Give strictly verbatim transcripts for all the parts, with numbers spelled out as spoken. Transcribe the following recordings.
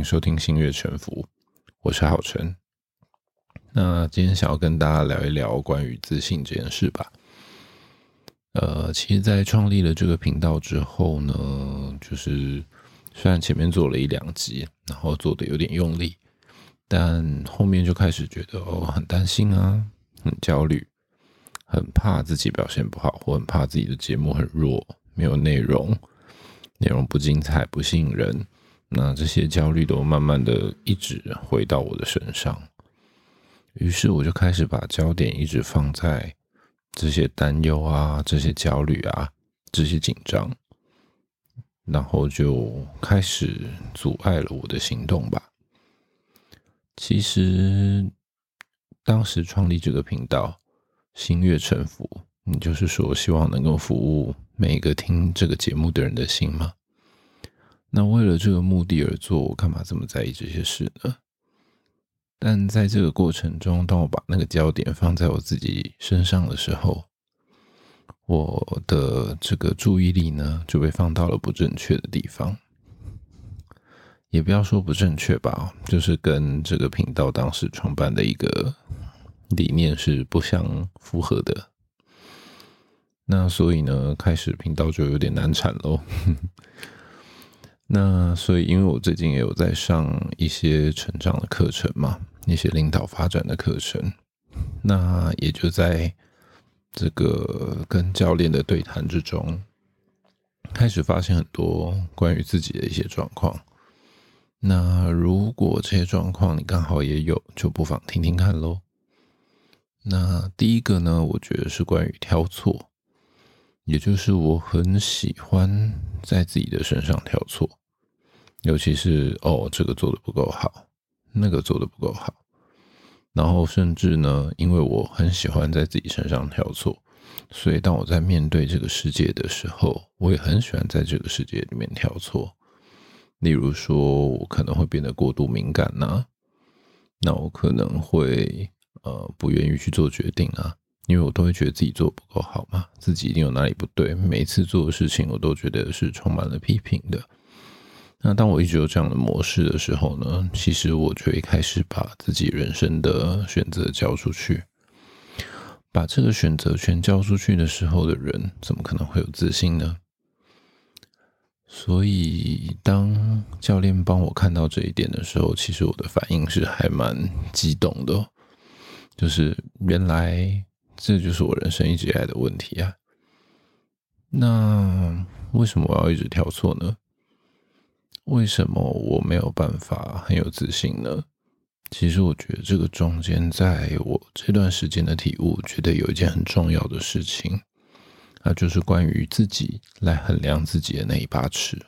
迎收听星月沉浮，我是浩辰。那今天想要跟大家聊一聊关于自信这件事吧。呃，其实在创立了这个频道之后呢，就是虽然前面做了一两集，然后做的有点用力，但后面就开始觉得哦，很担心啊，很焦虑，很怕自己表现不好，或很怕自己的节目很弱，没有内容，内容不精彩，不吸引人。那这些焦虑都慢慢的一直回到我的身上，于是我就开始把焦点一直放在这些担忧啊，这些焦虑啊，这些紧张，然后就开始阻碍了我的行动吧。其实当时创立这个频道星月沉浮，你就是说希望能够服务每一个听这个节目的人的心吗？那为了这个目的而做，我干嘛这么在意这些事呢？但在这个过程中，当我把那个焦点放在我自己身上的时候，我的这个注意力呢就被放到了不正确的地方。也不要说不正确吧，就是跟这个频道当时创办的一个理念是不相符合的。那所以呢，开始频道就有点难产咯。那所以因为我最近也有在上一些成长的课程嘛，一些领导发展的课程，那也就在这个跟教练的对谈之中，开始发现很多关于自己的一些状况。那如果这些状况你刚好也有，就不妨听听看咯。那第一个呢，我觉得是关于挑错，也就是我很喜欢在自己的身上挑错。尤其是哦，这个做的不够好，那个做的不够好，然后甚至呢，因为我很喜欢在自己身上挑错，所以当我在面对这个世界的时候，我也很喜欢在这个世界里面挑错。例如说，我可能会变得过度敏感啊，那我可能会呃不愿意去做决定啊，因为我都会觉得自己做不够好嘛，自己一定有哪里不对，每一次做的事情我都觉得是充满了批评的。那当我一直有这样的模式的时候呢，其实我就会开始把自己人生的选择交出去。把这个选择权交出去的时候的人，怎么可能会有自信呢？所以当教练帮我看到这一点的时候，其实我的反应是还蛮激动的，就是原来这就是我人生一直以来的问题啊。那为什么我要一直挑错呢？为什么我没有办法很有自信呢？其实我觉得这个中间，在我这段时间的体悟，觉得有一件很重要的事情，那就是关于自己来衡量自己的那一把尺。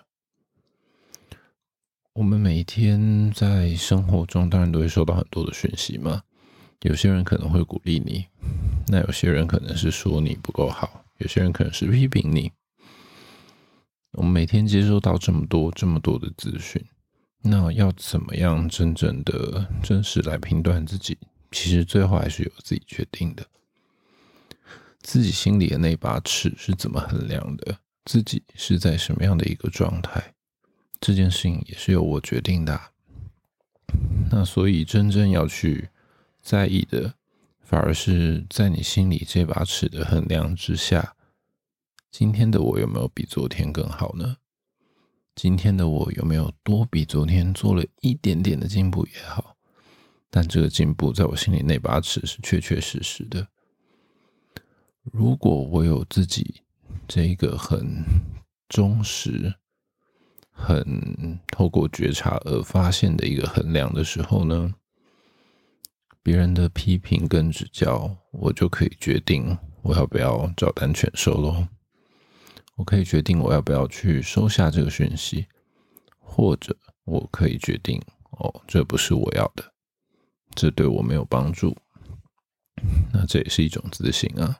我们每天在生活中当然都会收到很多的讯息嘛，有些人可能会鼓励你，那有些人可能是说你不够好，有些人可能是批评你。我们每天接收到这么多这么多的资讯，那要怎么样真正的真实来评断自己，其实最后还是由自己决定的。自己心里的那把尺是怎么衡量的，自己是在什么样的一个状态，这件事情也是由我决定的啊。那所以真正要去在意的，反而是在你心里这把尺的衡量之下，今天的我有没有比昨天更好呢？今天的我有没有多比昨天做了一点点的进步也好，但这个进步在我心里那把尺是确确实实的。如果我有自己这一个很忠实、很透过觉察而发现的一个衡量的时候呢，别人的批评跟指教，我就可以决定我要不要照单全收咯。我可以决定我要不要去收下这个讯息，或者我可以决定哦，这不是我要的，这对我没有帮助。那这也是一种自信啊。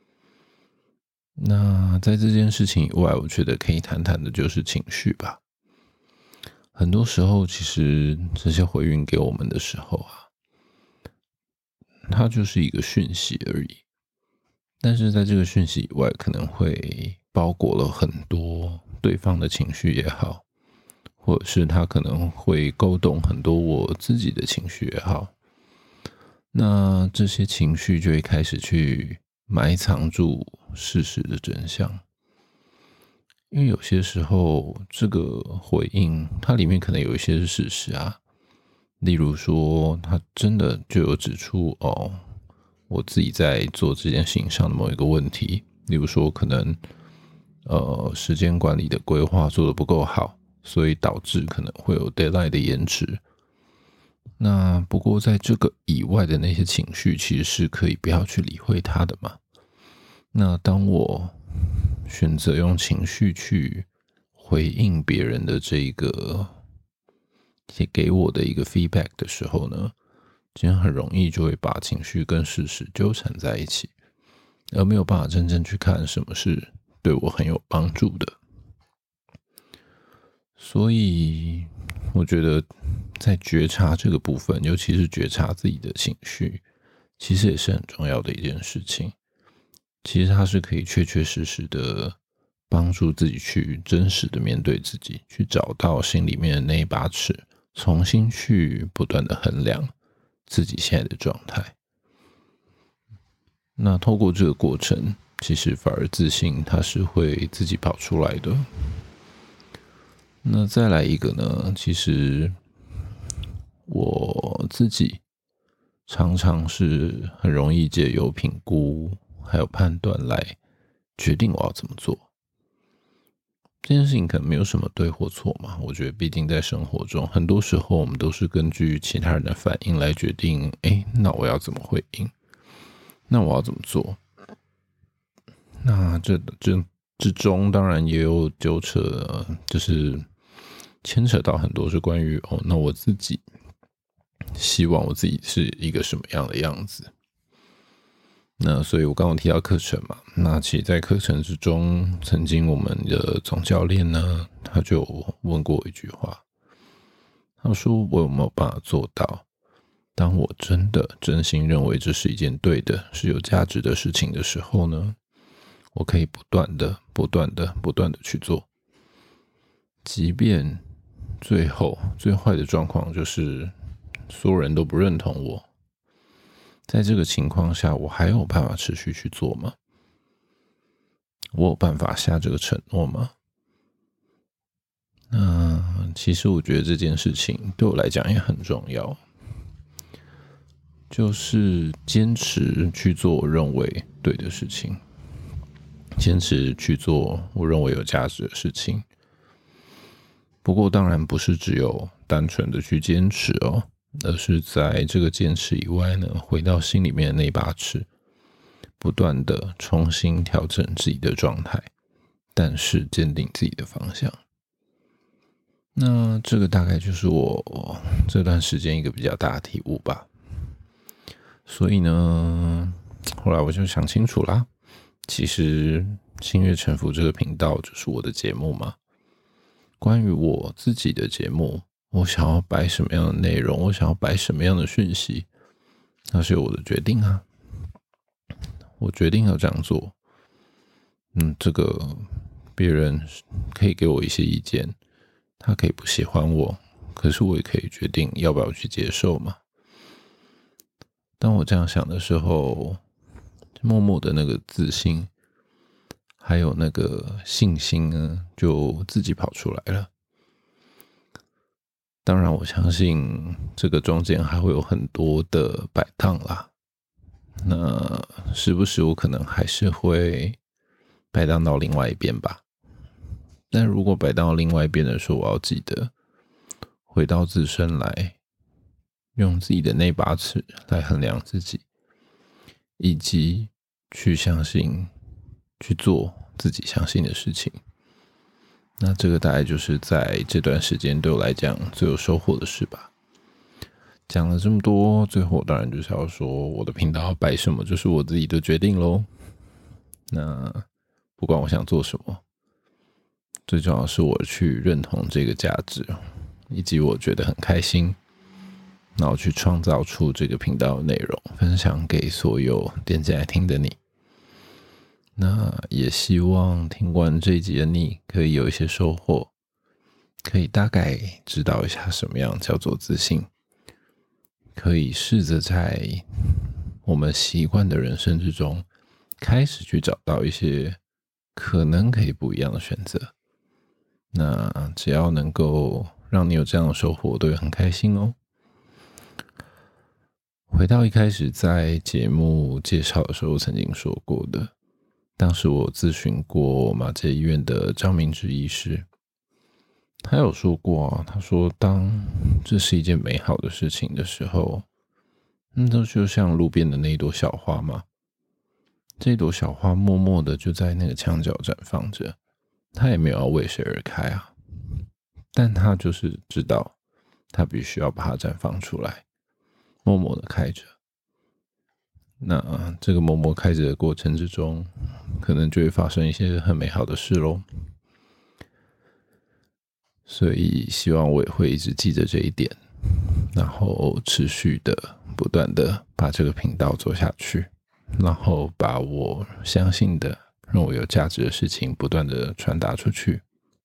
那在这件事情以外，我觉得可以谈谈的就是情绪吧。很多时候其实这些回应给我们的时候啊，它就是一个讯息而已，但是在这个讯息以外，可能会包裹了很多对方的情绪也好， 或者是它可能会勾动很多我自己的情绪也好，那这些情绪就会开始去埋藏住事实的真相。因为有些时候这个回应它里面可能有一些是事实啊，例如说他真的就有指出哦，我自己在做这件事情上的某一个问题，例如说可能呃时间管理的规划做得不够好，所以导致可能会有 deadline 的延迟。那不过在这个以外的那些情绪其实是可以不要去理会它的嘛。那当我选择用情绪去回应别人的这一个给我的一个 feedback 的时候呢，今天很容易就会把情绪跟事实纠缠在一起，而没有办法真正去看什么是对我很有帮助的。所以我觉得在觉察这个部分，尤其是觉察自己的情绪，其实也是很重要的一件事情。其实它是可以确确实实的帮助自己去真实的面对自己，去找到心里面的那一把尺，重新去不断的衡量自己现在的状态。那透过这个过程，其实反而自信它是会自己跑出来的。那再来一个呢，其实我自己常常是很容易借由评估还有判断来决定我要怎么做。这件事情可能没有什么对或错嘛，我觉得毕竟在生活中很多时候我们都是根据其他人的反应来决定，诶，那我要怎么回应，那我要怎么做。那这这之中当然也有纠扯，就是牵扯到很多是关于哦，那我自己希望我自己是一个什么样的样子。那所以我刚刚提到课程嘛，那其实在课程之中，曾经我们的总教练呢，他就问过一句话，他说我有没有办法做到，当我真的真心认为这是一件对的，是有价值的事情的时候呢，我可以不断的不断的不断的去做，即便最后最坏的状况就是所有人都不认同我，在这个情况下我还有办法持续去做吗？我有办法下这个承诺吗？那其实我觉得这件事情对我来讲也很重要，就是坚持去做我认为对的事情，坚持去做我认为有价值的事情。不过当然不是只有单纯的去坚持哦，而是在这个坚持以外呢，回到心里面的那把尺，不断的重新调整自己的状态，但是坚定自己的方向。那这个大概就是我这段时间一个比较大的体悟吧。所以呢，后来我就想清楚啦，其实星月沉浮这个频道就是我的节目嘛，关于我自己的节目，我想要摆什么样的内容，我想要摆什么样的讯息，那是我的决定啊，我决定要这样做。嗯，这个别人可以给我一些意见，他可以不喜欢我，可是我也可以决定要不要去接受嘛。当我这样想的时候，默默的那个自信还有那个信心呢，就自己跑出来了。当然我相信这个中间还会有很多的摆荡啦，那时不时我可能还是会摆荡到另外一边吧。但如果摆荡到另外一边的时候，我要记得回到自身来，用自己的那把尺来衡量自己，以及去相信，去做自己相信的事情。那这个大概就是在这段时间对我来讲最有收获的事吧。讲了这么多，最后当然就是要说我的频道要摆什么就是我自己的决定咯。那不管我想做什么，最重要的是我去认同这个价值，以及我觉得很开心，然后去创造出这个频道的内容，分享给所有点进来听的你。那也希望听完这一集的你可以有一些收获， 可以大概知道一下什么样叫做自信，可以试着在我们习惯的人生之中，开始去找到一些可能可以不一样的选择。那只要能够让你有这样的收获，我都会很开心哦。回到一开始在节目介绍的时候曾经说过的，当时我咨询过马偕医院的张明志医师，他有说过啊，他说当这是一件美好的事情的时候，那都就像路边的那一朵小花嘛，这朵小花默默的就在那个墙角绽放着，它也没有要为谁而开啊，但它就是知道它必须要把它绽放出来，默默的开着。那这个默默开着的过程之中，可能就会发生一些很美好的事咯。所以希望我也会一直记着这一点，然后持续的不断的把这个频道做下去，然后把我相信的认为有价值的事情不断的传达出去。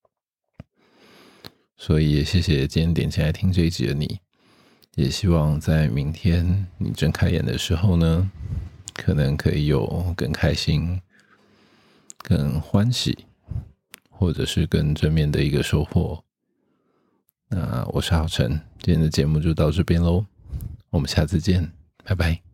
所以也谢谢今天点进来听这一集的你，也希望在明天你睁开眼的时候呢，可能可以有更开心、更欢喜，或者是更正面的一个收获。那我是浩辰，今天的节目就到这边咯，我们下次见，拜拜。